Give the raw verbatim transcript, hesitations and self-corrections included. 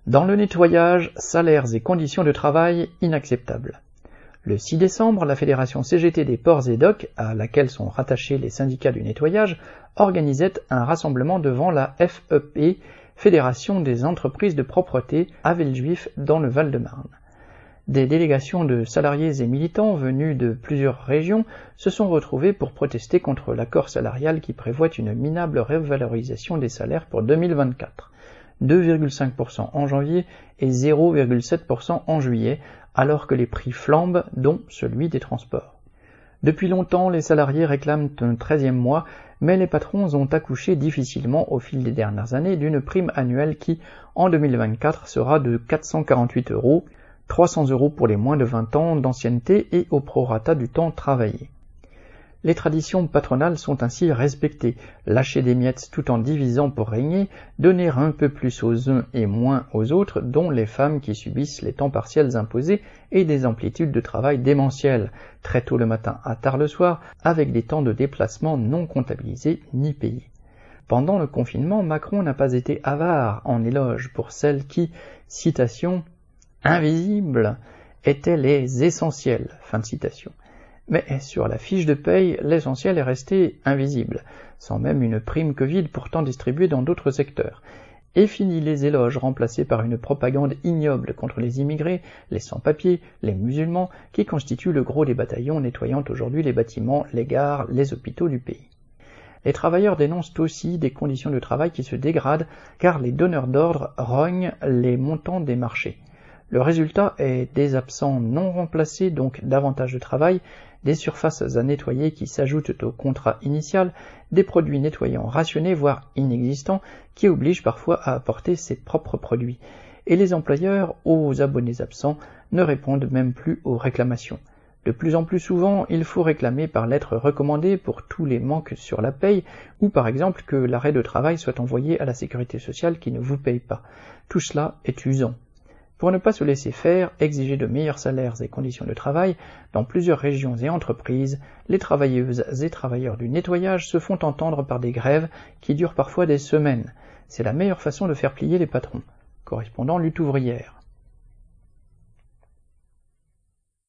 Dans le nettoyage, salaires et conditions de travail inacceptables. Le six décembre, la Fédération C G T des ports et docks, à laquelle sont rattachés les syndicats du nettoyage, organisait un rassemblement devant la F E P, Fédération des entreprises de propreté, à Villejuif, dans le Val-de-Marne. Des délégations de salariés et militants venus de plusieurs régions se sont retrouvés pour protester contre l'accord salarial qui prévoit une minable revalorisation des salaires pour deux mille vingt-quatre. deux virgule cinq pour cent en janvier et zéro virgule sept pour cent en juillet, alors que les prix flambent, dont celui des transports. Depuis longtemps, les salariés réclament un treizième mois, mais les patrons ont accouché difficilement au fil des dernières années d'une prime annuelle qui, en deux mille vingt-quatre, sera de quatre cent quarante-huit euros, trois cents euros pour les moins de vingt ans d'ancienneté et au prorata du temps travaillé. Les traditions patronales sont ainsi respectées, lâcher des miettes tout en divisant pour régner, donner un peu plus aux uns et moins aux autres, dont les femmes qui subissent les temps partiels imposés et des amplitudes de travail démentielles, très tôt le matin à tard le soir, avec des temps de déplacement non comptabilisés ni payés. Pendant le confinement, Macron n'a pas été avare en éloges pour celles qui, citation, « invisibles » étaient les essentiels, fin de citation. Mais sur la fiche de paye, l'essentiel est resté invisible, sans même une prime Covid pourtant distribuée dans d'autres secteurs. Et fini les éloges remplacés par une propagande ignoble contre les immigrés, les sans-papiers, les musulmans, qui constituent le gros des bataillons nettoyant aujourd'hui les bâtiments, les gares, les hôpitaux du pays. Les travailleurs dénoncent aussi des conditions de travail qui se dégradent car les donneurs d'ordre rognent les montants des marchés. Le résultat est des absents non remplacés, donc davantage de travail, des surfaces à nettoyer qui s'ajoutent au contrat initial, des produits nettoyants rationnés, voire inexistants, qui obligent parfois à apporter ses propres produits. Et les employeurs, aux abonnés absents, ne répondent même plus aux réclamations. De plus en plus souvent, il faut réclamer par lettre recommandée pour tous les manques sur la paye, ou par exemple que l'arrêt de travail soit envoyé à la sécurité sociale qui ne vous paye pas. Tout cela est usant. Pour ne pas se laisser faire, exiger de meilleurs salaires et conditions de travail, dans plusieurs régions et entreprises, les travailleuses et travailleurs du nettoyage se font entendre par des grèves qui durent parfois des semaines. C'est la meilleure façon de faire plier les patrons. Correspondant Lutte ouvrière.